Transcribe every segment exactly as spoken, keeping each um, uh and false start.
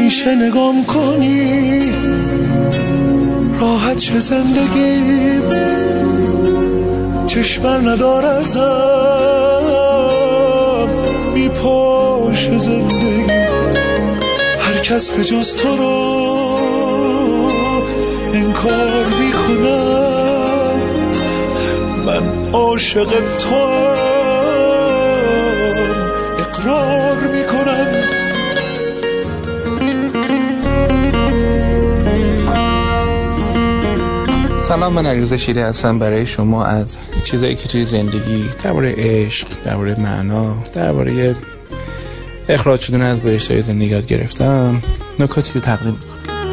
میشه نگام کنی راحت چه زندگی چشمر ندار ازم میپاشه زندگی هر کس به جز تو رو انکار میکنم من عاشق توام اقرار میکنم. سلام، من علیرضا شیری هستم برای شما از چیزایی که توی زندگی درباره عشق، درباره معنا، درباره اخراج شدن از بهشت‌های زندگی یاد گرفتم نکاتی رو تقدیم می‌کنم.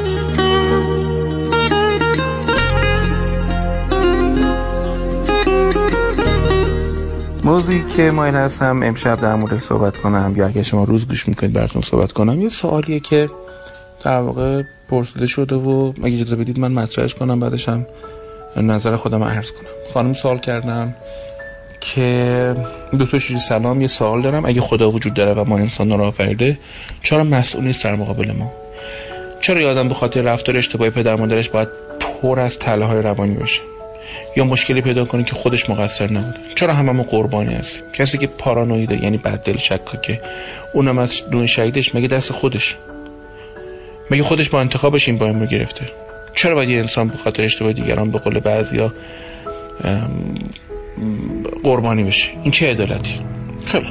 موضوعی که مایل هستم امشب در مورد صحبت کنم، یا اگه شما روز گوش میکنید براتون صحبت کنم، یه سوالیه که در واقع پرسیده شده و اگه اجازه بدید من مطرحش کنم، بعدش هم نظر خودم عرض کنم. خانم سوال کردن که دکتر شیری سلام، یه سوال دارم، اگه خدا وجود داره و ما انسان رو آفریده چرا مسئول نیست در مقابل ما؟ چرا یه آدم به خاطر رفتار اشتباهی پدر مادرش باید پر از تله‌های روانی باشه یا مشکلی پیدا کنه که خودش مقصر نبوده؟ چرا هممون قربانی هستیم؟ کسی که پارانویده یعنی بددل شکاکه، اونم از دون شهیدش، مگه دست خودش؟ مگه خودش با انتخابش این بایم رو گرفته؟ چرا باید یه انسان به خاطر اشتباه دیگران به قول بعضیا قربانی بشه؟ این چه عدالتی؟ خیلی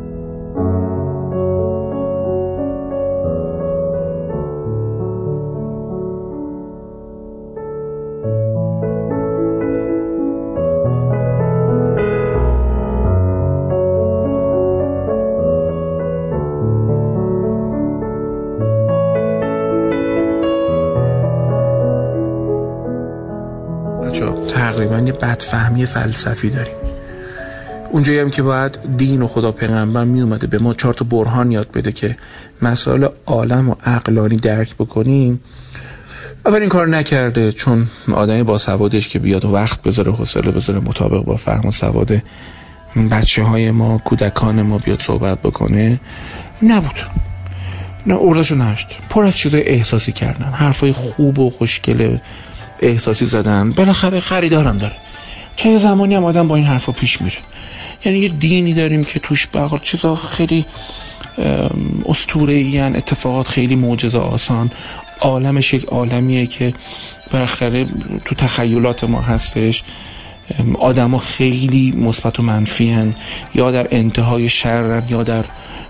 تقریبا یه بدفهمی فلسفی داریم. اونجایی هم که باید دین و خدا پیغمبر می اومده به ما چهار تا برهان یاد بده که مسائل عالم و عقلانی درک بکنیم، اول این کار نکرده، چون آدمی با سوادش که بیاد و وقت بذاره، حوصله بذاره، مطابق با فهم و سواد بچه های ما، کودکان ما بیاد صحبت بکنه، نبود. نه ارداشو نشت، پر از چیزای احساسی کردن، حرفای خوب و خوشگله احساسی زدن، بالاخره خریدارم داره. که یه زمانی هم آدم با این حرفا پیش میره. یعنی یه دینی داریم که توش بقیه چیزا خیلی اسطوره‌ای ان، اتفاقات خیلی معجزه آسان، عالمش یک عالمیه که بالاخره تو تخیلات ما هستش، آدما خیلی مثبت و منفی ان، یا در انتهای شر یا در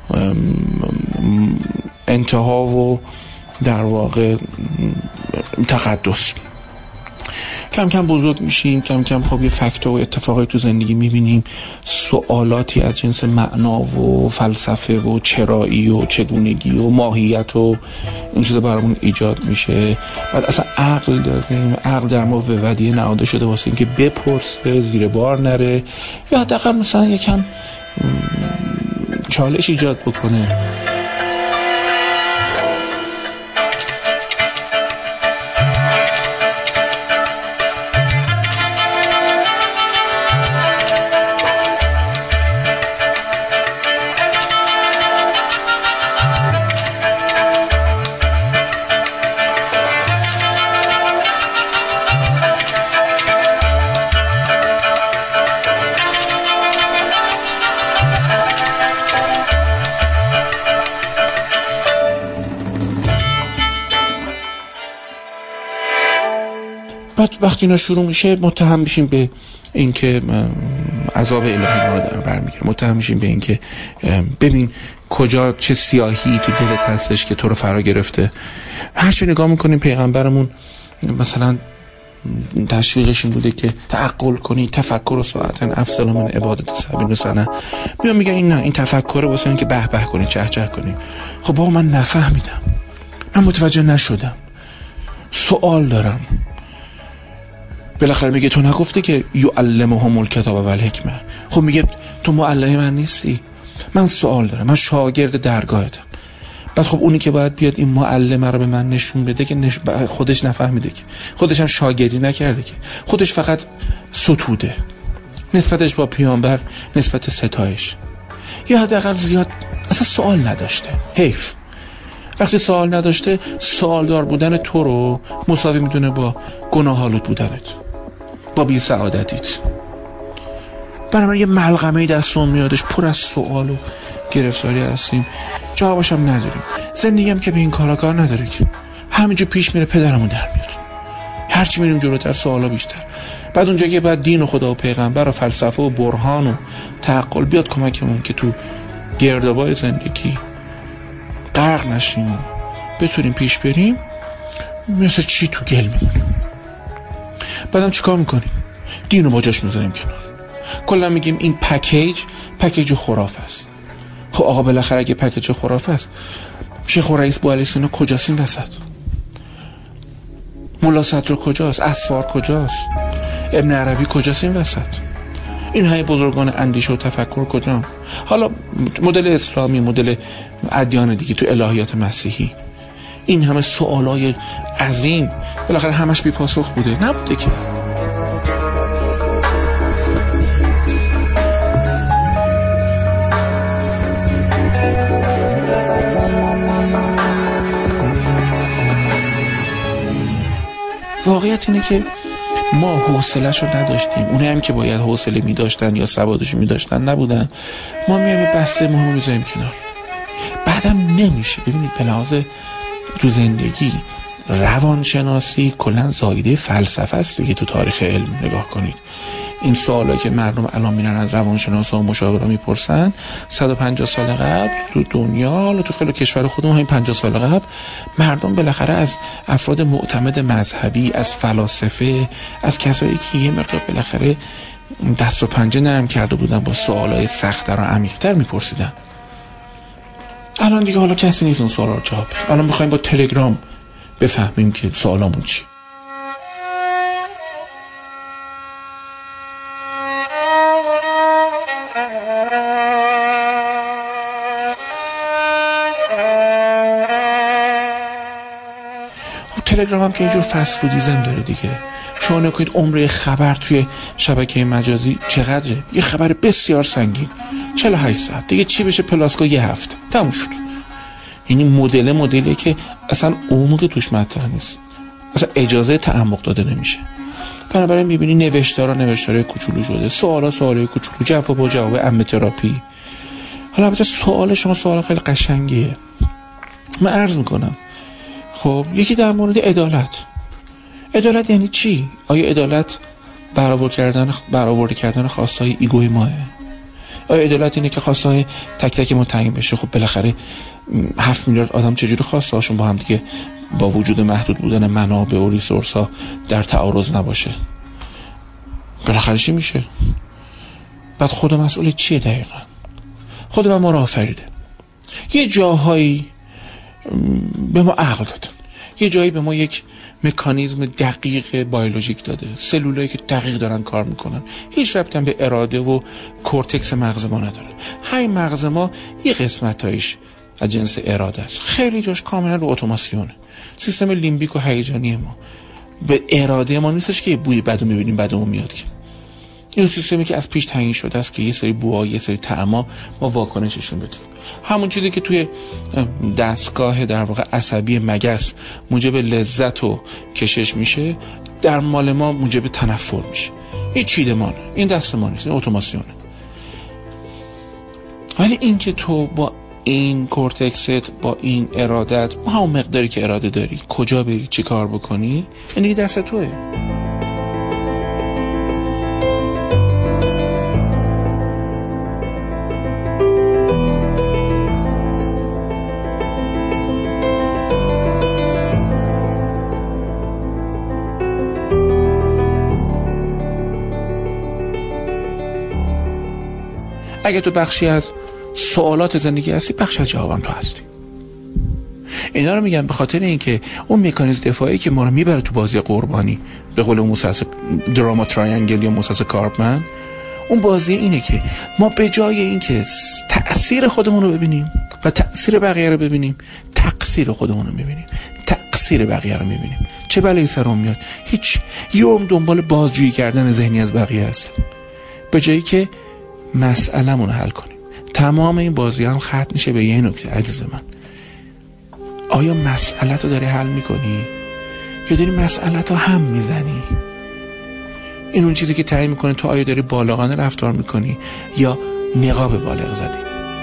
انتها و در واقع تقدس. کم کم بزرگ میشیم، کم کم خب یه فکت و اتفاقی تو زندگی میبینیم، سوالاتی از جنس معنا و فلسفه و چرایی و چگونگی و ماهیت و این چیزا برامون ایجاد میشه. بعد اصلا عقل داریم، عقل در ما به ودیعه نهاده شده واسه اینکه بپرسه، زیر بار نره، یا حداقل مثلا یکم چالش ایجاد بکنه. بعد وقتی اینا شروع میشه متهم میشیم به اینکه عذاب الهی ما رو در بر میگیره، متهم میشیم به اینکه ببین کجا چه سیاهی تو دلت هستش که تو رو فرا گرفته. هر چی نگاه میکنیم پیغمبرمون مثلا تشویقش این بوده که تعقل کنی، تفکر و ساعتن افضل من عبادت سبعین سنه. میام میگه این نه، این تفکره واسه اینکه به به کنی، چه چه کنی. خب بابا من نفهمیدم، من متوجه نشدم، سوال دارم. بالاخره میگه تو نگفته که یعلمهم الکتاب و الحکمه؟ خب میگه تو معلم من نیستی، من سوال دارم، من شاگرد درگاهتم. بعد خب اونی که باید بیاد این معلمه رو به من نشون بده که نش... خودش نفهمیده، که خودش هم شاگردی نکرده، که خودش فقط ستوده نسبتش با پیامبر، نسبت ستایش، یا حداقل زیاد اصلا سوال نداشته. حیف. وقتی سوال نداشته، سوالدار بودن تو رو مساوی میدونه با گناه‌آلود بودنت، با بی سعادتیت. بنابراین یه ملغمه دستون میادش پر از سوال و گرفتاری هستیم، جوابش هم نداریم. زندگی هم که به این کارا کار نداره که همینجا پیش میره، پدرمون در میاد. هرچی میریم جلوتر سوالا بیشتر. بعد اونجا که بعد دین و خدا و پیغمبر و فلسفه و برهان و تعقل بیاد کمکمون که تو گردابای زندگی غرق نشیم و بتونیم پیش بریم، مثل چی تو گل میمونیم. بعدم چیکار میکنیم؟ دینو با جاش میذاریم کنار. کلا میگیم این پکیج پکیج خرافه است. خب آقا بالاخره اگه پکیج خرافه است، شیخ رئیس بو علیه السلام کجاست این وسط؟ مولا صدر کجاست؟ اسوار کجاست؟ ابن عربی کجاست این وسط؟ این های بزرگان اندیشه و تفکر کجا؟ حالا مدل اسلامی، مدل ادیان دیگه، تو الهیات مسیحی، این همه سوالای عظیم بالاخره همش بی پاسخ بوده؟ نبوده که. واقعیت اینه که ما حوصله‌شو نداشتیم. اونایی هم که باید حوصله می‌داشتن یا سوادشو می‌داشتن نبودن. ما میایم بسته مهمو می‌ذاریم کنار. بعدم نمیشه. ببینید به لحاظ تو زندگی روانشناسی کلا زایده فلسفه است دیگه. تو تاریخ علم نگاه کنید، این سوالایی که مردم الان میرن از روانشناسا و مشاورا میپرسن صد و پنجاه سال قبل تو دنیا، حالا تو خیلی کشور خودمون همین پنجاه سال قبل، مردم بالاخره از افراد معتمد مذهبی، از فلاسفه، از کسایی که یه مقدار بالاخره دست و پنجه نرم کرده بودن با سوالای سخت‌تر و عمیق‌تر میپرسیدن. الان دیگه حالا کسی نیست اون سوالا رو جواب بده. الان می‌خوایم با تلگرام بفهمیم که سوالامون چی. تلگرام هم که اینجور فست فودیزم داره دیگه. شما نکنید عمر خبر توی شبکه مجازی چقدره؟ یه خبر بسیار سنگین چهل و هشت ساعت دیگه چی بشه پلاسکو یه هفته تموم شد. یعنی مدل مدلی که اصلا عمق توش مطرح نیست، اصلا اجازه تعمق داده نمیشه. بنابراین میبینی نوشتارا نوشتارای کوچولو شده، سوالا سوالای کوچولو، جواب جواب عمه تراپی. حالا البته سوال شما سوال خیلی قشنگیه. من عرض میکنم خب یکی در مورد عدالت. عدالت یعنی چی؟ آیا عدالت برآورد کردن برآورد کردن خواستهای ایگوی ماه؟ آیا عدالت اینه که خواستهای تک تک ما تعیین بشه؟ خب بالاخره هفت میلیارد آدم چجوری خواستهاشون با هم دیگه با وجود محدود بودن منابع و ریسورس ها در تعارض نباشه؟ بالاخره چی میشه؟ بعد خدا مسئول چیه دقیقا؟ خدا ما رو آفریده، یه جاهایی به ما عقل داده، یه جایی به ما یک مکانیزم دقیق بیولوژیک داده، سلولایی که دقیق دارن کار میکنن، هیچ ربطی به اراده و کورتکس مغز ما نداره. همین مغز ما یه قسمتایش از جنس اراده است، خیلی جاش کاملا رو اتوماسیونه. سیستم لیمبیک و هیجانی ما به اراده ما نیستش که بوی بدو میبینیم بدمون میاد که. این سیستمی که از پیش تعیین شده است که یه سری بوها، یه سری طعما ما واکنششون بدیم. همون چیزی که توی دستگاه در واقع عصبی مگس موجب لذت و کشش میشه، در مال ما موجب تنفر میشه. این چیدمان، این دست ما نیست، این اتوماسیونه. ولی این که تو با این کورتکست، با این ارادت، با همون مقداری که اراده داری کجا بری چی کار بکنی، یعنی دست توه. اگه تو بخشی از سوالات زندگی هستی، بخشی از جوابم تو هستی. اینا رو میگم به خاطر اینکه اون مکانیزم دفاعی که ما رو میبره تو بازی قربانی، به قول اون مثلث دراما تراینگل یا مثلث کارپمن، اون بازی اینه که ما به جای اینکه تأثیر خودمون رو ببینیم و تأثیر بقیه رو ببینیم، تقصیر خودمون رو میبینیم، تقصیر بقیه رو میبینیم. چه بلایی سرمون میاد؟ هیچ. یوم دنبال بازجویی کردن ذهنی از بقیه هست، به جایی که مسئله‌مون رو حل کنیم. تمام این بازی هم ختم میشه به یه نکته عزیز من. آیا مسئله تو داری حل میکنی یا داری مسئله تو هم میزنی؟ این اون چیزی که تعیین میکنه تو آیا داری بالغانه رفتار میکنی یا نقاب بالغ زدی.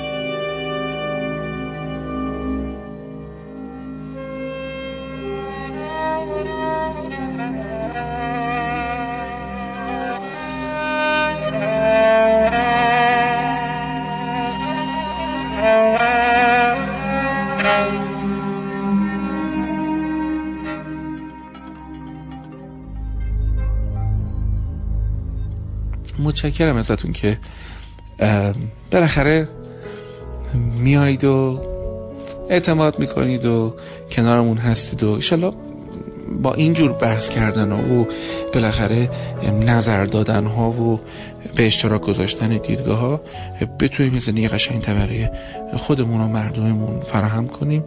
متشکرم ازتون که بالاخره میایید و اعتماد میکنید و کنارمون هستید و انشالله با اینجور بحث کردن و بالاخره نظر دادن ها و به اشتراک گذاشتن دیدگاه ها بتونیم زندگی قشنگ برای خودمون و مردممون فراهم کنیم.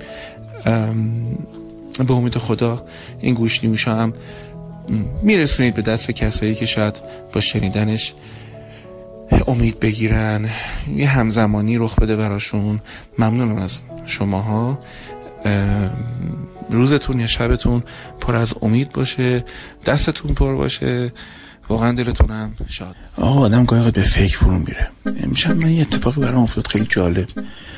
به امید خدا این گوش نیوشا هم میرسونید به دست کسایی که شاید با شنیدنش امید بگیرن، یه همزمانی رخ بده براشون. ممنونم از شماها. روزتون یا شبتون پر از امید باشه، دستتون پر باشه، واقعا دلتونم شاد. آقا آدم گاهی به فکر فرو میره. امشب من یه اتفاقی برام افتاد خیلی جالب.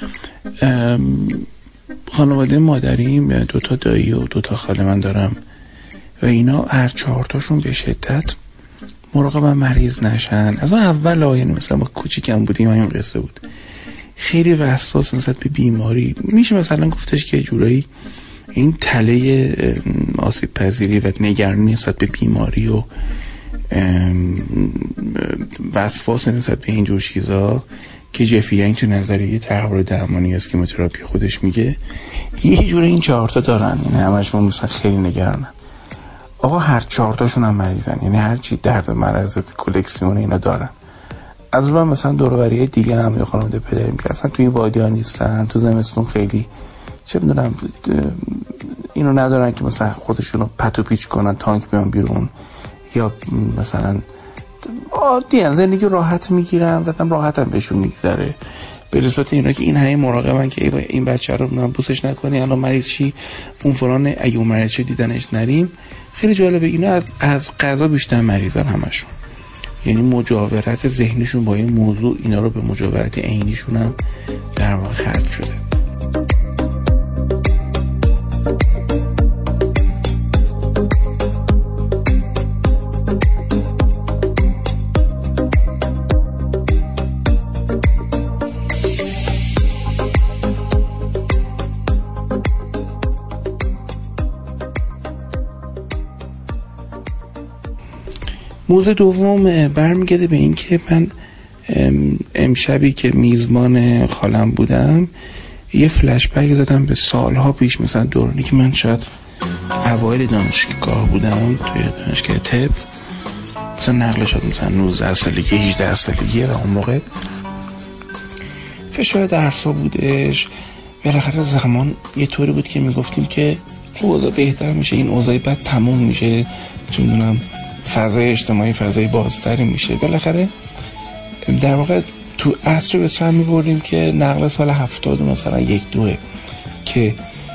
خانواده مادریم دوتا دایی و دوتا خاله من دارم و اینا هر چهارتاشون به شدت مراقبم مریض نشن. از اون اول ها، یعنی مثلا ما کوچیکم بودیم این قصه بود، خیلی وسواس نسبت به بیماری. میشه مثلا گفتش که جورایی این تله آسیب پذیری و نگرانی نسبت به بیماری و وسواس نسبت به اینجور چیزا که جفی یعنی تو نظریه تحول درمانی است که متراپی خودش میگه یه جوره این چهارتا دارن، یعنی همشون مثلا خیلی نگرانن. آقا هر چهارتاشون هم مریضن، یعنی هر چی درد مرض کلکسیون اینا دارن. از اون مثلا دوروبریای دیگه هم یا خانواده پدریم که اصلا توی وادی‌ها نیستن، تو زمستون خیلی چه میدونم اینو ندارن که مثلا خودشونو پتو پیچ کنن تانک بیان بیرون، یا مثلا عادی زندگی راحت میگیرن و هم راحت هم بهشون میگذره. به نسبت اینا که این همه مراقبن که این بچه رو من بوسش نکنی الان مریض چی اون فلان، اگه اون مریض چه دیدنش نریم. خیلی جالبه اینا از از قضا بیشتر مریضن همشون، یعنی مجاورت ذهنیشون با این موضوع اینا رو به مجاورت عینیشون هم در واقع ختم شده. موضوع دوم برمیگرده به این که من امشبی که میزبان خالم بودم یه فلش بک زدم به سالها پیش، مثلا دورانی که من شاید اوایل دانشگاه بودم توی دانشگاه طب، مثلا نقل شد مثلا نوزده سالگی هجده سالگی و اون موقع فشار درسا بودش. بالاخره زمان یه طوری بود که میگفتیم که اوضاع بهتر میشه، این اوضاع بعد تموم میشه، چون میدونم فضای اجتماعی فضای بازتری میشه. بالاخره در واقع تو عصر به سر میبردیم که نقل سال هفتاد مثلا یک دوه که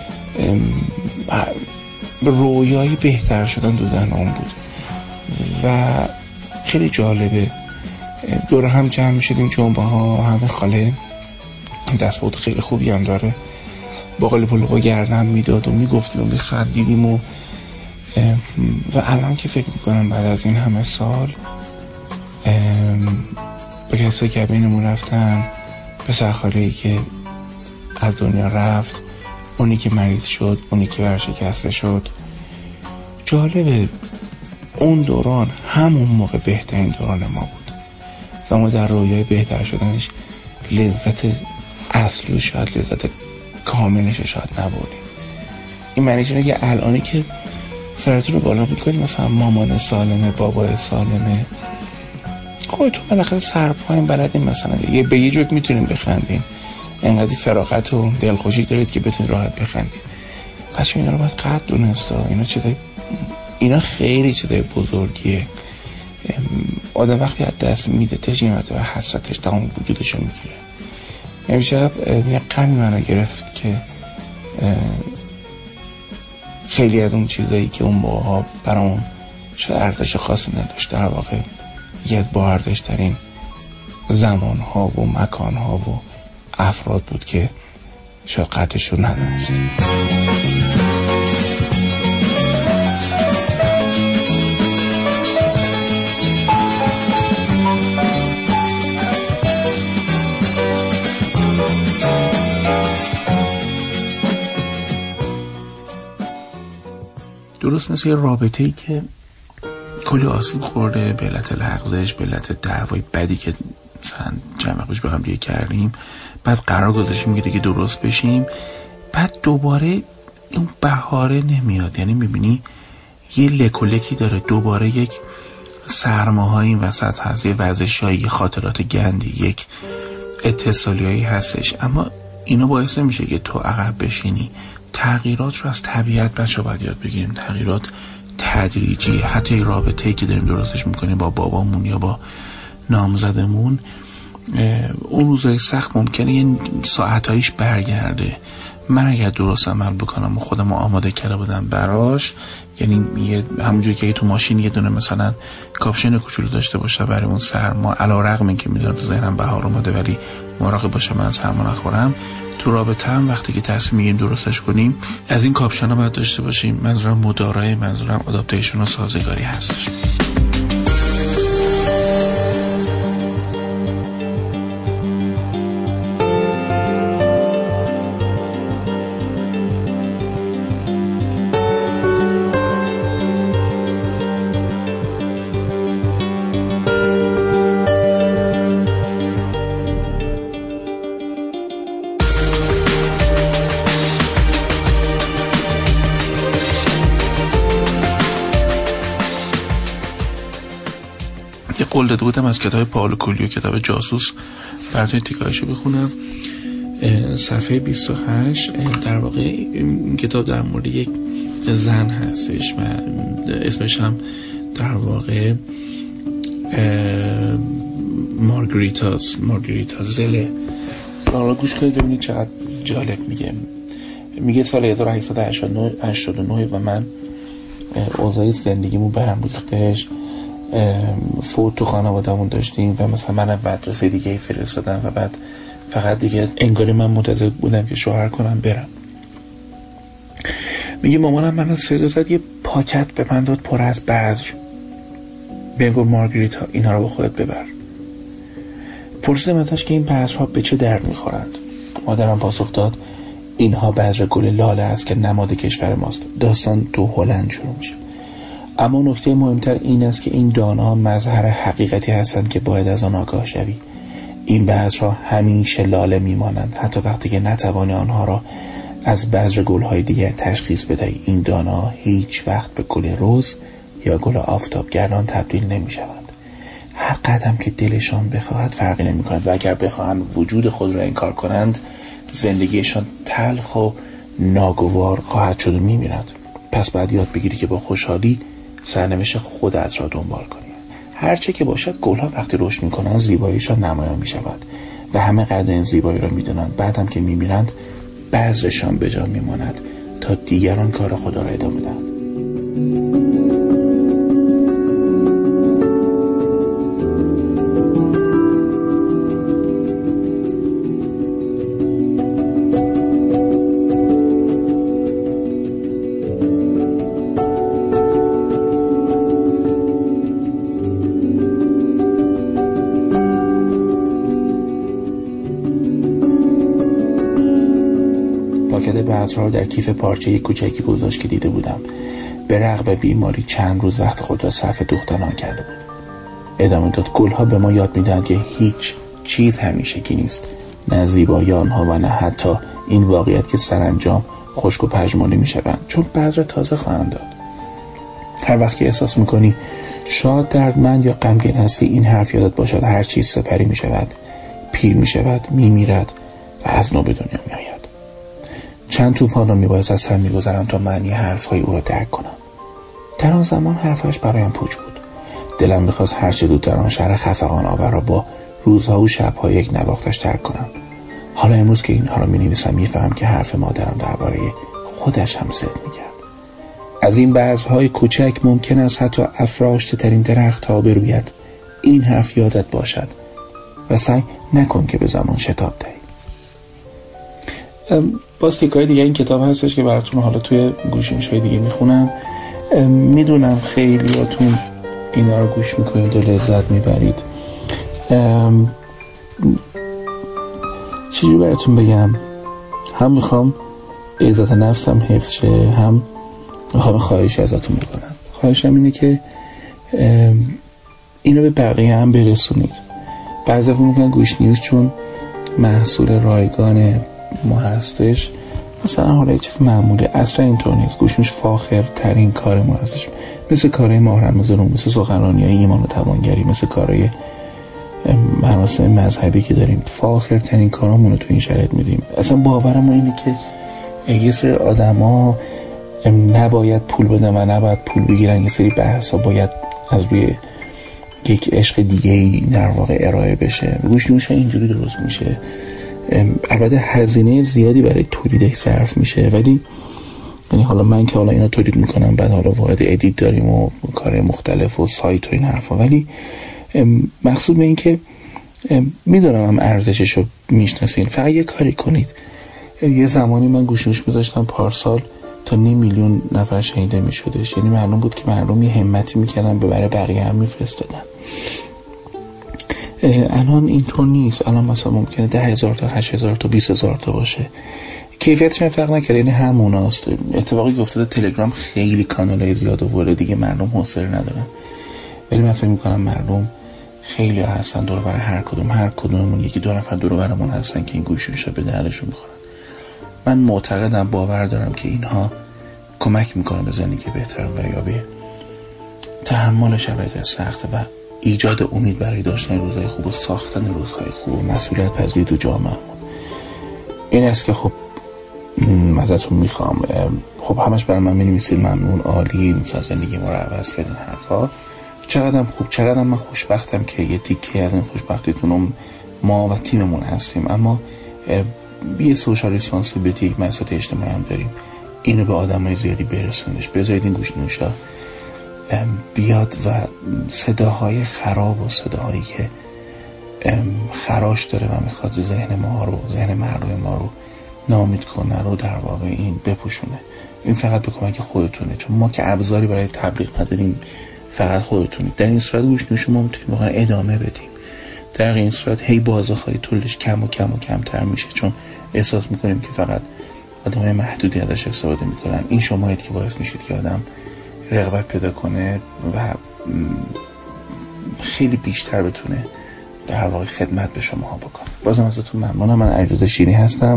رویای بهتر شدن دودن آن بود و خیلی جالبه. دور هم جمع میشدیم، جنبه ها همه خاله دستبود خیلی خوبی هم داره، باقالی پلوغا گردن میداد و میگفتیم و میخندیدیم و و الان که فکر میکنم بعد از این همه سال به کسایی که بینمون رفتن، به سرخاله‌ای که از دنیا رفت، اونی که مریض شد، اونی که ورشکسته شد، جالبه اون دوران همون موقع بهترین دوران ما بود و ما در رویای بهتر شدنش لذت اصلی و شاید لذت کاملش رو شاید نبردیم. این معنیش اینه که الانی که سرتون رو بالا میکنی مثلا مامان سالمه، بابای سالمه، خودتون بالاخره سرپاین بلدین مثلا یه به یه جوک میتونین بخندین، انقدر فراغت و دلخوشی دارید که بتونید راحت بخندین. بچه اینا رو باید قد دونست، اینا چیزای اینا خیلی چیزای بزرگیه. آدم وقتی از دست میده تجربه و حسرتش تمام وجودشو میگیره. امشب یه غمی منو گرفت که خیلی از اون چیزایی که اون موقع ها برامون شاید ارزش خاصی نداشت، در واقع یکی از با ارزش ترین زمان ها و مکان ها و افراد بود که شاید قدرش رو ندانستیم. درست مثل یه رابطه‌ای که کلی آسیب خورده به علت لغزش، به علت دعوای بدی که مثلا چند وقت پیش با هم دیگه کردیم، بعد قرار گذاشتیم که دیگه درست بشیم، بعد دوباره اون بهاره نمیاد. یعنی میبینی یه لکولکی داره، دوباره یک سرماهایی این وسط هست، یه وزشایی، یه خاطرات گندی، یک اتصالیایی هستش، اما اینا باعث نمیشه که تو عقب بشینی. تغییرات رو از طبیعت بچه باید یاد بگیریم، تغییرات تدریجی. حتی رابطه‌ای که داریم درستش میکنیم با بابامون یا با نامزدمون، اون روزای سخت ممکنه یه ساعتایش برگرده. من اگر درست عمل بکنم و خودم رو آماده کرده بودم براش، یعنی همونجوری که تو ماشین یه دونه مثلا کاپشن کوچولو داشته باشه برای اون سرما، علیرغم اینکه میدونم تو ذهنم بهار اومده ولی مراقب باشم من سرما نخورم، تو رابطه هم وقتی که تصمیم میگیریم درستش کنیم از این کاپشن ها باید داشته باشیم. منظورم مدارای، منظورم آداپتیشن و سازگاری هستش. قول داده بودم از کتاب پائولو کوئلیو، کتاب جاسوس، براتون تیکایشو بخونم. صفحه بیست و هشت در واقع این کتاب در مورد یک زن هستش و اسمش هم در واقع مارگریتاس مارگریتا زله. حالا گوش کنید ببینید چقدر جالب میگه. میگه سال هزار و هشتصد و هشتاد و نه و من اوضاع زندگیمون به هم ریختش، فوت تو خانواده‌مون داشتیم و مثلا من مدرسه دیگه فرستادم و بعد فقط دیگه انگاری من منتظر بودم که شوهر کنم برم. میگه مامانم منو صدا زد، یه پاکت به من داد پر از بذر، بگو مارگریتا اینا رو با خودت ببر. پرسیدم ازش که این بذرها به چه درد میخورند. مادرم پاسخ داد اینها بذر گل لاله است که نماد کشور ماست. داستان تو هلند شروع میشه. اما نکته مهمتر این است که این دانه‌ها مظهر حقیقتی هستند که باید از آن آگاه شوی. این بذرها همیشه لاله میمانند حتی وقتی که نتوانی آنها را از بذر گل‌های دیگر تشخیص بدهی. این دانه‌ها هیچ وقت به گل رز یا گل آفتابگردان تبدیل نمی‌شوند. هر قدم که دلشان بخواهد فرقی نمی‌کند و اگر بخواهند وجود خود را انکار کنند زندگیشان تلخ و ناگوار خواهد شد و می‌میرند. پس باید یاد بگیری که با خوشحالی سرنوشت خودت را دنبال کنی. هرچه که باشد گل‌ها وقتی رشد می‌کنند زیباییشان نمایان می‌شود و همه قدر این زیبایی را می‌دانند. بعد هم که می‌میرند بذرشان به جا می‌ماند تا دیگران کار خدا را ادامه دهند. بذرها در کیف پارچه‌ای کوچکی گذاشت که دیده بودم. به رغم بیماری چند روز وقت خود را صرف دوختن آن کرده بود. ادامه داد گل‌ها به ما یاد می‌دهند که هیچ چیز همیشگی نیست، نه زیبایی آنها و نه حتی این واقعیت که سرانجام خشک و پژمرده می‌شوند، چون بذر تازه خواهند داد. هر وقت که احساس می‌کنی شاد، دردمند یا غمگین هستی، این حرف یادت باشد هر چیز سپری می‌شود، پیر می‌شود، می‌میرد و از نو به دنیا می‌آید. چند طوفان را میباید از سر میگذرم تا معنی حرفهای او را درک کنم. در آن زمان حرفش برایم پوچ بود. دلم میخواست هرچه زودتر آن شهر خفقان آور را با روزها و شبها یک نواختش ترک کنم. حالا امروز که اینها رو می‌نویسم میفهم که حرف مادرم درباره خودش هم صدق می‌کرد. از این بذرهای کوچک ممکن است حتی افراشته ترین درخت ها بروید. این حرف یادت باشد و سعی نکن که به زمان شتاب دهی. باز تیکای دیگه این کتاب هستش که براتون حالا توی گوشی‌های دیگه میخونم. میدونم خیلیاتون اینا رو گوش میکنید و لذت میبرید. چیزی براتون بگم، هم میخوام عزت نفسم حفظ شه، هم میخوام خواهشی ازتون بکنم. خواهشم اینه که اینو به بقیه هم برسونید. بعضی وقتا میگن گوش نیوز چون محصول رایگان ما هستش، مثلا حالا یه چیز معمولی، اصلا اینطور نیست. گوش نیوز فاخر ترین کار ما هستش، مثل کارهای ماه رمضان، مثل سخنرانی‌های ایمان و توانگری، مثل کارهای مراسم مذهبی که داریم. فاخر ترین کارامون رو تو این شرایط میدیم. اصلا باورم اینه که یه سری آدما نباید پول بدن و نباید پول بگیرن، یه سری بحثا باید از روی یک عشق دیگه‌ای در واقع ارائه بشه. گوش نیوز اینجوری درست میشه. البته هزینه زیادی برای تولیدش صرف میشه، ولی یعنی حالا من که حالا اینا تولید میکنم، بعد حالا وارد ادیت داریم و کار مختلف و سایت و این حرفا، ولی مقصود به این که میدونم هم ارزششو میشناسین. فقط یه کاری کنید. یه زمانی من گوش نیوز میذاشتم پارسال تا نیم میلیون نفر شنیده میشدش، یعنی معلوم بود که مردم یه همتی میکردن به برای بقیه هم میفرستادن. الان اینطور نیست. الان مثلا ممکنه ده هزار تا، هشت هزار تا، بیست هزار تا باشه. کیفیتش هم فرق نکرده، یعنی هموناست. اتفاقی که افتاده تلگرام خیلی کانالای زیاد آورده دیگه، مردم حوصله ندارن. ولی من فکر میکنم مردم خیلی هستن دور و بر هر کدوم هر کدوممون یکی دو نفر دور و برمون هستن که این گوشیشو به دردشون میخورن. من معتقدم، باور دارم که اینها کمک میکنه به زندگی بهتر و یا به تحمل شرایط سخت و ایجاد امید برای داشتن روزهای خوب و ساختن روزهای خوب و مسئولیت پذیری تو جامعهمون. این است که خب ازتون میخوام. خب همش برای من می‌نویسید ممنون، عالی، مثلا زندگی ما رو عوض کردین حرفا. چقدرم خوب، چقدرم من خوشبختم که یه تیکه از این خوشبختیتون ما و تیممون هستیم. اما یه سوشال ریسپانسیبلیتی، یک مسئله اجتماعی هم داریم. اینو به آدمای زیادی برسونیدش. بذارید این گوش نیوشا بیاد و صداهای خراب و صداهایی که خراش داره و میخواد ذهن ما رو، ذهن مردم ما رو ناامید کنه رو در واقع این بپوشونه. این فقط به کمک خودتونه، چون ما که ابزاری برای تبلیغ نداریم، فقط خودتونید. در این صورت گوش نیوشا ما میتونیم واقعا ادامه بدیم. در این صورت هی بازخواهی طولش کم و کم و کمتر میشه، چون احساس میکنیم که فقط آدمای محدودی ازش استفاده میکنن. این شمایید که باعث میشید که آدم رغبت پیدا کنه و خیلی بیشتر بتونه در واقع خدمت به شما ها بکنه. بازم ازتون ممنونم. من علیرضا شیری هستم.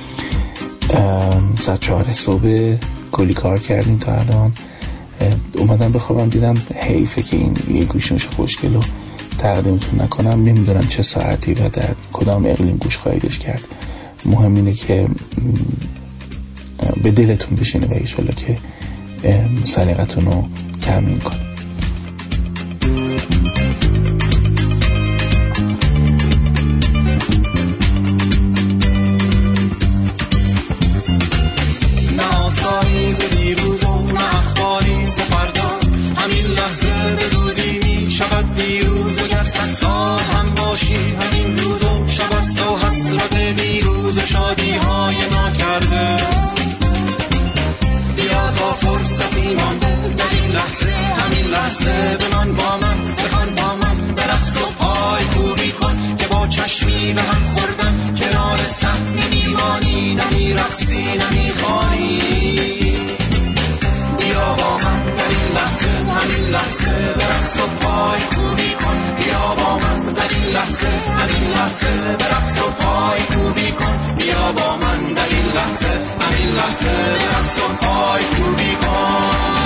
ساعت چهار صبح کلی کار کردیم تا الان. اومدم بخوابم، دیدم حیفه که این یه گوشنوش خوشگل رو تقدیمتون نکنم. نمیدونم چه ساعتی و در کدام اقلیم گوش خواهیدش کرد. مهم اینه که به دلتون بشینه و ایشالله که سلیقتون رو تامین کنه. نه آسانی ز دیروز و نه اخباری ز فردا، همین لحظه به زودی می شود دیروز و گر صد سال هم باشی همین روز و شب است و حسرت دیروز و شادی های ناکرده. بیا تا فرصتی مانده در این لحظه، همین لحظه بمان با من، بخوان با من، برقص و پای کوبی کن که با چشمی به هم خوردن کنار صحنه میمانی، نمیرقصی نمیخوانی. بیا با من در این لحظه، همین لحظه برقص و پای کوبی کن. بیا با من در این لحظه، همین لحظه برقص و پای کوبی کن. بیا با من در این لحظه، همین لحظه برقص و پای کوبی کن.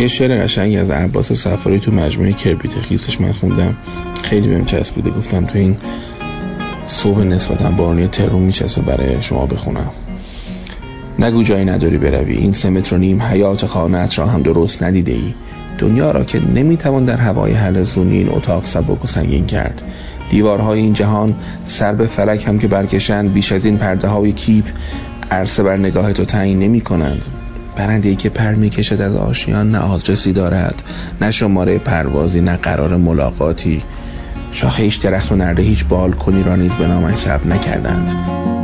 یه شعر قشنگی از عباس صفاری تو مجموعه کربیت خیسش من خوندم، خیلی بهم چسبیده، گفتم تو این صبح نسبتاً بارونی تهران میچسبه برای شما بخونم. نگو جایی نداری بروی، این سه متر و نیم حیات خانه‌ات را هم درست ندیده ای. دنیا را که نمیتوان در هوای حلزونی این اتاق سبک و سنگین کرد. دیوارهای این جهان سر به فلک هم که برکشند، بیش از این پرده های کیپ عرصه بر نگاه تو تعیین نمی کنند. پرنده‌ای که پر می کشد از آشیان نه آدرسی دارد، نه شماره پروازی، نه قرار ملاقاتی. شاخه هیچ درخت و نرده هیچ بالکنی را نیز به نامش ثبت نکردند.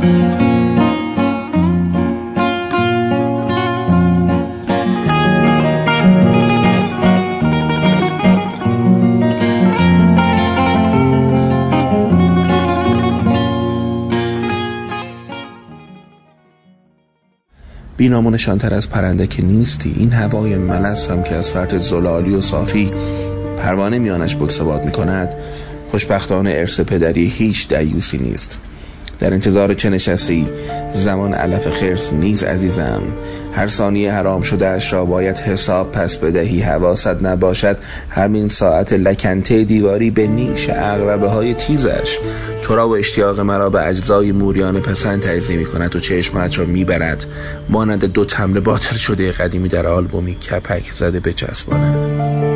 بینامون نشانتر از پرنده که نیستی، این هوای ملس هم که از فرط زلالی و صافی پروانه میانش بکسباد می کند، خوشبختانه ارث پدری هیچ دیوسی نیست. در انتظار چه نشستی؟ زمان علف خرس نیز عزیزم. هر ثانیه حرام شده اش را باید حساب پس بدهی. حواست نباشد همین ساعت لکنته دیواری به نیش عقربه های تیزش تو را و اشتیاق مرا به اجزای موریان پسند تجزیه می کند و چشمت را می برد مانند دو تمر باطل شده قدیمی در آلبومی کپک زده بچسباند.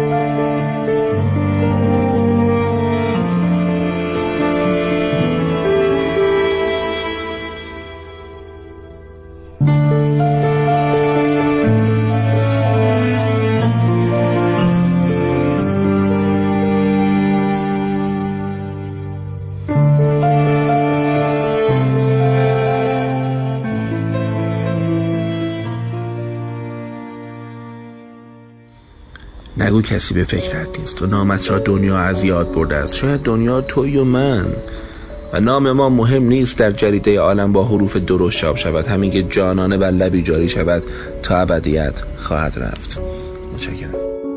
نگو کسی به فکرت نیست و نامت را دنیا از یاد برده است. شاید دنیا توی و من و نام ما مهم نیست در جریده عالم با حروف درشت چاپ شود، همین که جانانه و لبی جاری شود تا ابدیت خواهد رفت. متشکرم.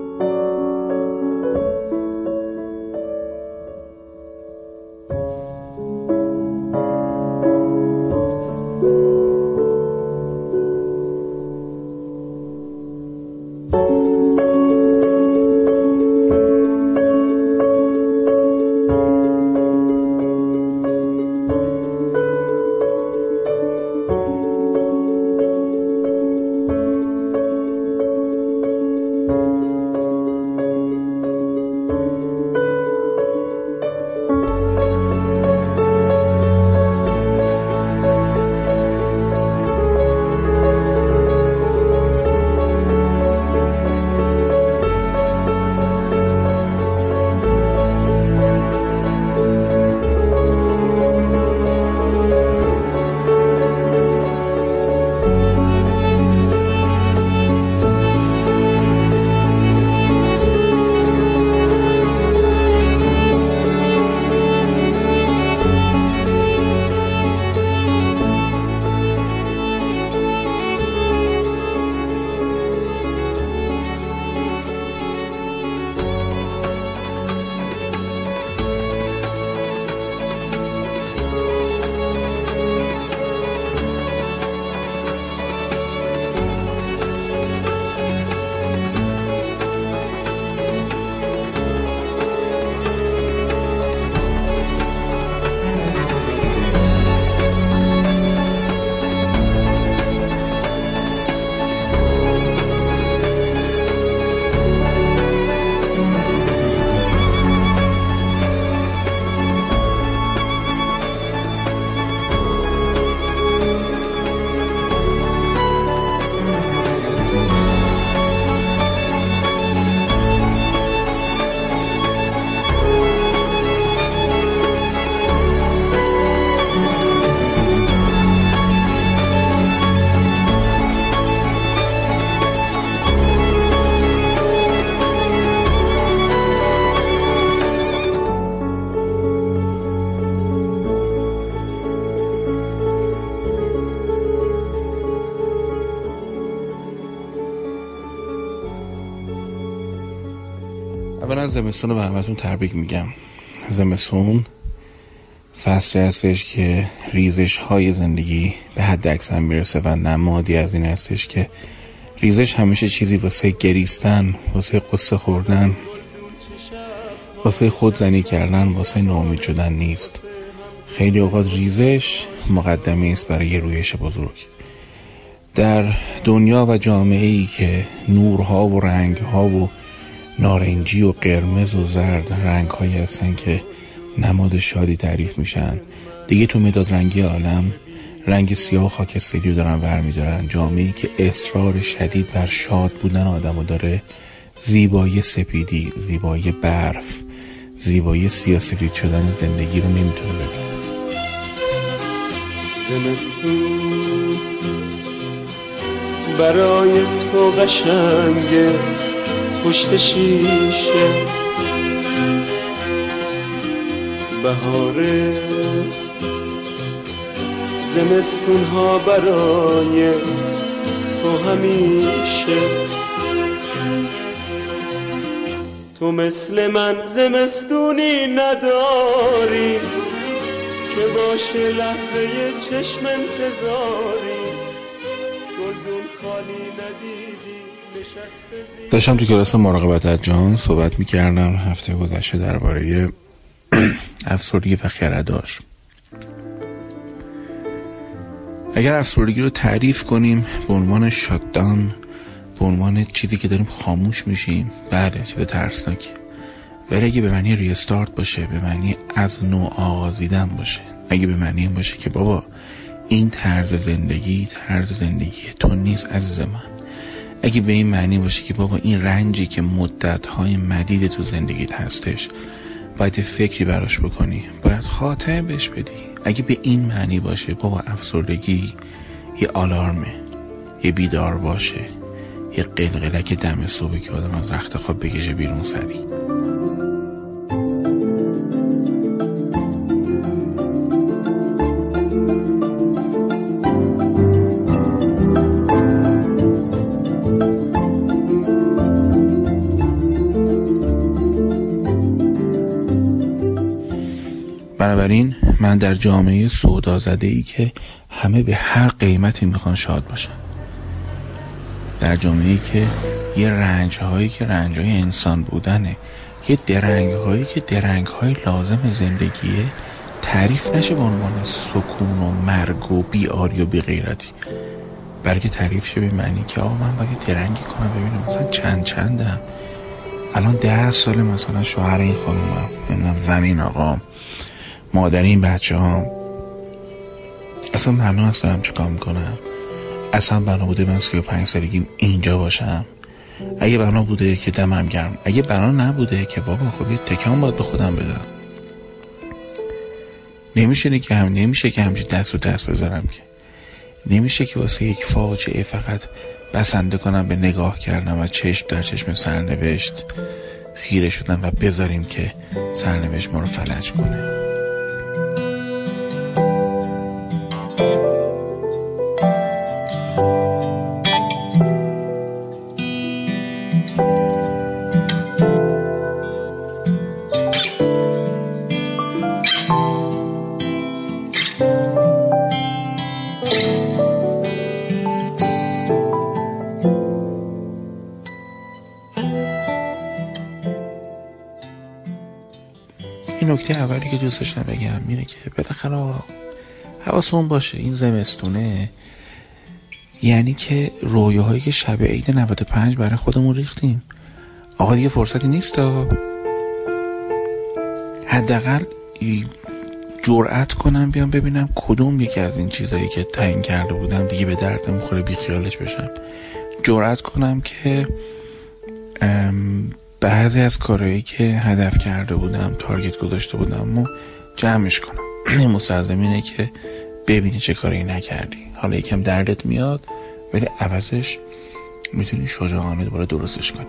اولا زمستون رو به همتون تبریک میگم. زمستون فصلی هستش که ریزش های زندگی به حد اکثر میرسه و نمادی از این هستش که ریزش همیشه چیزی واسه گریستن، واسه قصه خوردن، واسه خودزنی کردن، واسه ناامید شدن نیست. خیلی اوقات ریزش مقدمه است برای رویش بزرگ. در دنیا و جامعه‌ای که نورها و رنگها و نارنجی و قرمز و زرد رنگ‌هایی هستن که نماد شادی تعریف میشن، دیگه تو مداد رنگی عالم رنگ سیاه و خاکستری رو دارن برمی‌دارن. جامعه‌ای که اصرار شدید بر شاد بودن آدمو داره، زیبایی سپیدی، زیبایی برف، زیبایی سیاه‌سفید شدن زندگی رو نمیتونه ببینه. زمستون برای تو قشنگه، پشت شیشه بهاره، زمستون ها برای تو همیشه. تو مثل من زمستونی نداری که باشه لحظه چشم انتظاری، گلدون خالی ندیدی نشسته. داشتم تو کلاس مراقبت از جان صحبت میکردم هفته گذشته درباره افسردگی و خرداش. اگر افسردگی رو تعریف کنیم به عنوان شاتدان، به عنوان چیزی که داریم خاموش میشیم، بله چیز ترسناکی. ولی اگه به معنی ریستارت باشه، به معنی از نو آغازیدن باشه، اگه به معنی این باشه که بابا این طرز زندگی طرز زندگی تو نیست عزیز من، اگه به این معنی باشه که بابا این رنجی که مدت‌های مدید تو زندگیت هستش باید فکری براش بکنی، باید خاتمه بهش بدی، اگه به این معنی باشه بابا افسردگی یه آلارمه، یه بیدار باشه، یه قلقلک دم صبح که آدم از رخت خواب بکشه بیرون سری. بنابراین من در جامعه سودا زده ای که همه به هر قیمتی میخوان شاد باشن، در جامعه ای که یه رنج هایی که رنج های انسان بودنه، یه درنگ هایی که درنگ های لازم زندگیه تعریف نشه به عنوان سکون و مرگ و بیاری و بیغیرتی، بلکه تعریف شه به معنی که آقا من باید درنگی کنم ببینم مثلا چند چندم، الان ده سال مثلا شوهر این خانومم، نمیدونم زن این آقام، مادر این بچه ها، اصلا بنا هست دارم چیکار میکنم؟ اصلا بنا بوده من سی و پنج سالگیم اینجا باشم؟ اگه بنا بوده که دمم گرم، اگه بنا نبوده که بابا خب یه تکان باید به خودم بدم، نمیشه که هم نمیشه که همچین دست و دست بذارم، که نمیشه که واسه یک فاجعه فقط بسنده کنم به نگاه کردم و چشم در چشم سرنوشت خیره شدم و بذاریم که سرنوشت ما رو فلج کنه. این نکته اولی که دوست داشتم بگم اینه که بالاخره حواسمون باشه این زمستونه، یعنی که رویاهایی که شب عید نود و پنج برای خودمون ریختیم آقا دیگه فرصتی نیست، حداقل جرأت کنم بیام ببینم کدوم یکی از این چیزایی که تعیین کرده بودم دیگه به درد نمیخوره، بی خیالش بشم، جرأت کنم که بعضی از کارهایی که هدف کرده بودم، تارگت گذاشته بودم و جمعش کنم. این مستلزمینه که ببینی چه کاری نکردی، حالا یکم دردت میاد ولی عوضش میتونی شجاعانه دوباره درستش کنی.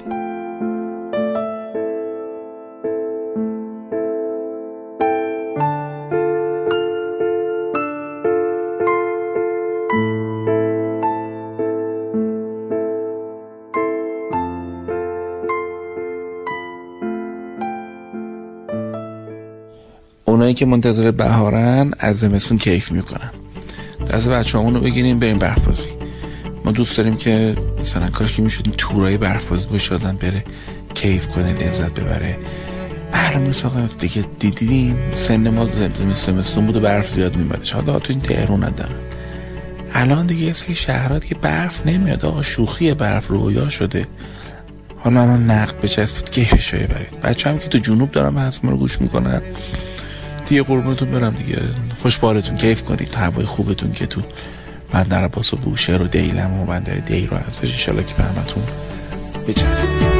اونایی که منتظر بهارن از زمستون کیف میکنن، دست بچه‌مون رو بگیریم بریم برفازی. ما دوست داریم که مثلا کاش که میشد تورای برف‌بازی باشه، آدم بره کیف کنه، لذت ببره. معلومه آقا دیگه دیدیم سن ما زمستون بود و برف زیاد میومد. حالا تو این تهران ندارن، الان دیگه یه سری شهرها دیگه برف نمیاد آقا، شوخی برف رویا شده. حالا الان نقد بچسبید کیفش رو برید. بچه هم که تو جنوب دارن بحث ما رو گوش میکنن دیگه، قربونتون برم دیگه، خوشبالتون کیف کنید، هوای خوبتون که تو بندر عباس و بوشهر و دیلم و بندر دی رو هستش، انشالله که برمتون بچسبید.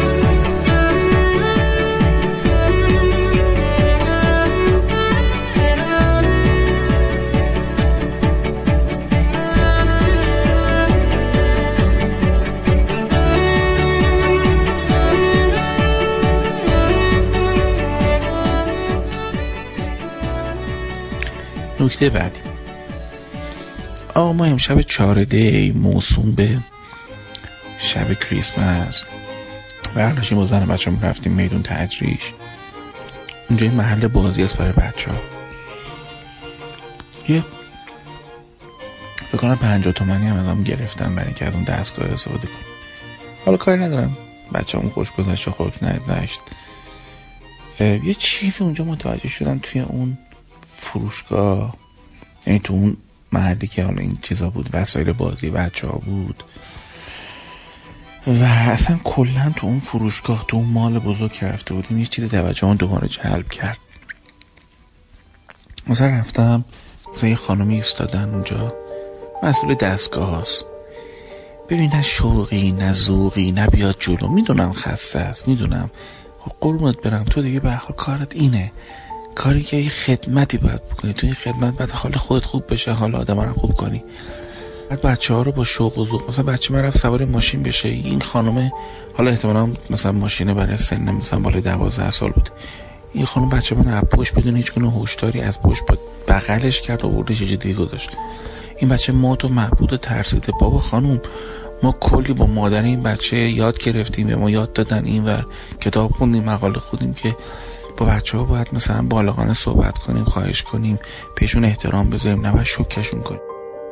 نکته بعدی، آقا ما امشب چهار دی موسوم به شب کریسمس برداشتیم با زن بچه هم رفتیم میدون تجریش. اونجا یه محل بازی است برای بچه ها، یه فکر کنم پنجاه تومنی هم ازم گرفتم برای اینکه از اون دستگاه استفاده کنم. حالا کاری ندارم، بچه هم خوش گذشت و خوش نداشت. یه چیزی اونجا متوجه شدم توی اون فروشگاه، یعنی تو اون محلی که حالا این چیزا بود، وسایل بازی بچه ها بود و اصلا کلن تو اون فروشگاه، تو اون مال بزرگ رفته بودیم، یه چیز توجه اون دوباره جلب کرد. مثلا رفتم مثلا یه خانمی ایستادن اونجا، مسئول دستگاه هست، ببین نه شوقی نه ذوقی نه بیاد جلو، میدونم خسته است، میدونم، خب قربونت برم تو دیگه به هر حال کارت اینه، کاری که یه خدمتی باید بکنی، تو این خدمت باید حال خودت خوب بشه، حال آدم رو خوب کنی. بعد بچه ها رو با شوق و ذوق، مثلا بچه من رفت سوار ماشین بشه، این خانم حالا احتمالاً مثلا ماشین برای سن مثلا بالای دوازده سال بود، این خانم بچه من از پشت بدون هیچ گونه هوشداری از پشت با بغلش کرد و آوردش یه دیگه گذاشت. این بچه مات و محبود و ترسیده. بابا خانم ما کلی با مادر این بچه یاد گرفتیم، به ما یاد دادن، اینور کتاب خوندیم، مقاله خوندیم که با بچه ها باید مثلا بالغانه صحبت کنیم، خواهش کنیم، پیشون احترام بذاریم، نباید شوکشون کنیم.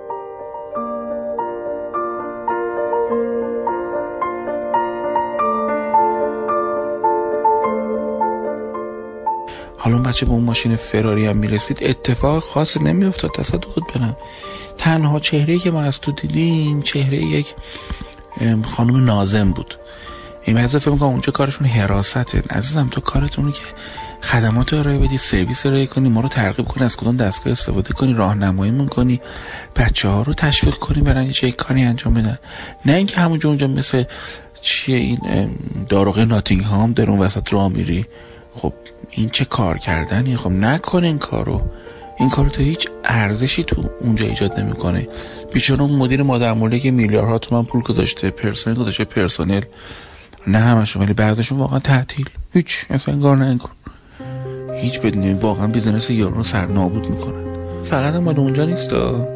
حالا بچه با اون ماشین فراری هم میرسید، اتفاق خاصی نمیافتاد، تصدقت برم. تنها چهره‌ای که ما از تو دیدیم چهره یک خانم ناظم بود. این واسه فکر می‌کنم اونجا کارشون حراسته. عزیزم تو کارتونه که خدمات رو ارائه بدی، سرویس ارائه کنی، ما رو ترغیب کنی از کدوم دستگاه استفاده کنی، راهنماییمون کنی، بچه‌ها رو تشویق کنی برن یه چه کاری انجام بدن. نه اینکه همونجا اونجا مثل چیه این داروغه ناتینگهام در اون وسط راه میری. خب این چه کار کردنیه؟ خب نکن این کارو. این کارو تو هیچ ارزشی تو اونجا ایجاد نمیکنه. بیچاره اون مدیر مادر مولد که میلیاردها تومان پول گذاشته، پرسنل گذاشته، پرسنل نه همشون، ولی بعدشون واقعا تعطیل، هیچ اصلا انگار نه کن، هیچ بدونی واقعا بیزنس یارو رو سر نابود میکنن. فقط هم مال اونجا نیستا،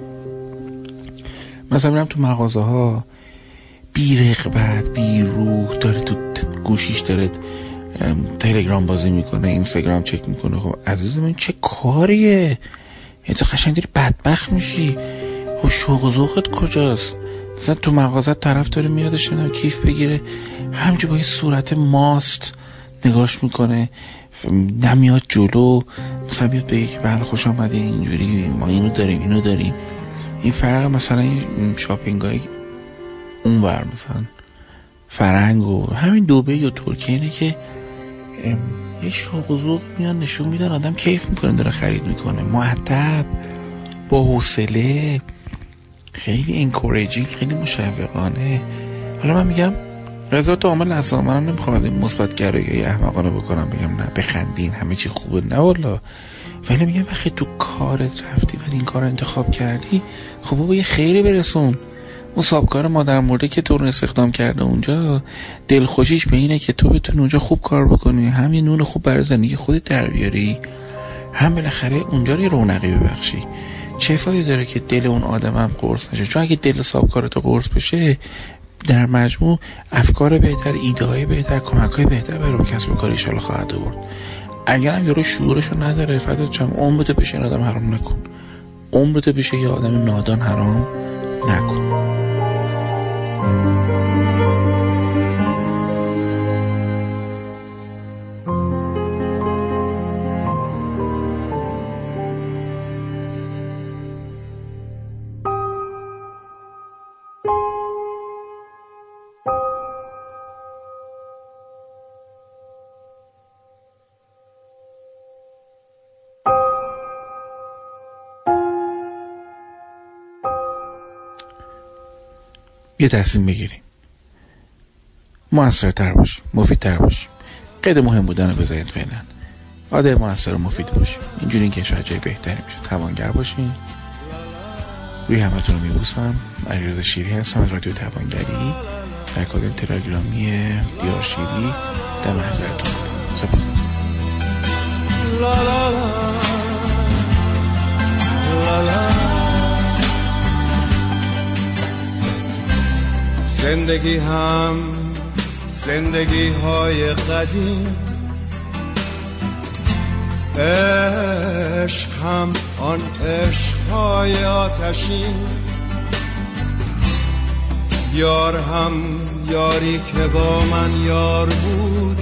مثلا میرم تو مغازه ها بی رغبت بی روح داره تو گوشیش داره تلگرام بازی میکنه، اینستاگرام چک میکنه. خب عزیزم این چه کاریه؟ یه تو قشنگ داری بدبخت میشی. خب شوق و ذوقت کجاست؟ مثلا تو مغازه طرف داره میادش نمیدونم کیف بگیره، همینجور با یه صورت ماست نگاش میکنه، نمیاد جلو، مثلا بیاد بگه که بله خوش آمدی، اینجوری ما اینو داریم اینو داریم. این فرق مثلا این شاپینگای اونور مثلا فرنگ و همین دبی یا ترکیه اینه که یه شوق و ذوق میان نشون میدن، آدم کیف میکنه داره خرید میکنه، مؤدب با حوصله، خیلی انکوریجینگ، خیلی مشوقانه. حالا من میگم رضا تو عامل اصلا منم نمیخواد این مثبت گرایی احمقانه بکنم بگم نه بخندین همه چی خوبه، نه والا، ولی میگم وقتی تو کارت رفتی و این کار انتخاب کردی، خب بابا یه خیری برسون. اون صاحبکار مادر مرده که تو رو استخدام کرده اونجا دلخوشیش به اینه که تو بتونی اونجا خوب کار بکنی، هم یه نون خوب برای زندگی خودت در بیاری، هم بالاخره اونجا رو رونقی ببخشی. چه فایده داره که دل اون آدم هم قرص نشه؟ چون اگه دل صاحبکارت قرص بشه، در مجموع افکار بهتر، ایده های بهتر، کمک های بهتر برای اون کسب و کار ایشالا خواهد آورد. اگر هم یارو شعورشو نداره، فدات شم، عمرت بشه آدم حرام نکن، عمرت بشه یه آدم نادان حرام نکن. یه تصمیم بگیریم، موثرتر باشیم، مفیدتر باشیم. قید مهم بودن رو بذارید فعلا، آدم موثر و مفید باشیم. اینجوری که شاید جای بهتری میشه. توانگر باشین. روی همتون رو میبوسم. علیرضا شیری هستم از رادیو توانگری در کانال تلگرامی دیار شیری در محضرتون بودم. سپاس. لا لا لا لا لا. زندگی هم زندگی های قدیم، عشق هم آن عشق های آتشین، یار هم یاری که با من یار بود،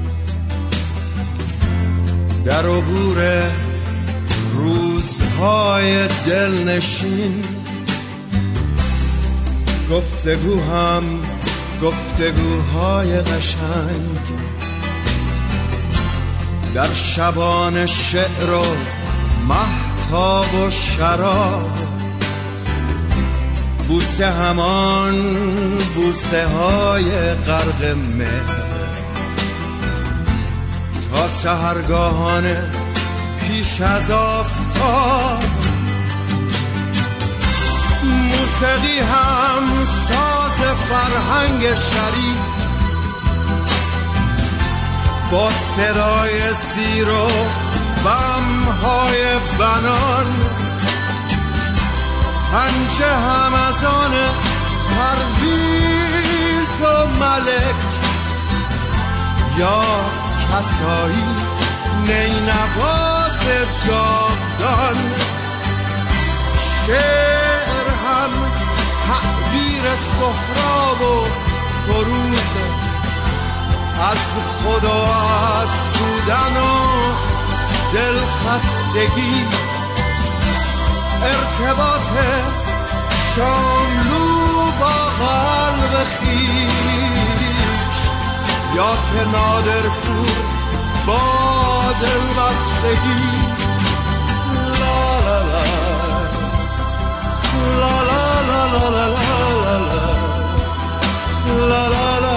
در عبور روزهای دلنشین. گفتگو هم گفتگوهای قشنگ، در شبان شعر و مهتاب و شراب، بوسه همان بوسه های غرق مهر، تا سحرگاهانه پیش از آفتاب. موسیقی هم ساز فرهنگ شریف، با صدای زیر و بمهای بنان، پنجه هم از آن پرویز و ملک، یا کسایی نینواز جاودان. شعر هم تعبیر سهراب و فروغ، از خدا از بودن و دلخستگی، ارتباط شاملو با قلب خیش، یا که نادرپور با دلبستگی. لا لا لا La la la la la la la la la la la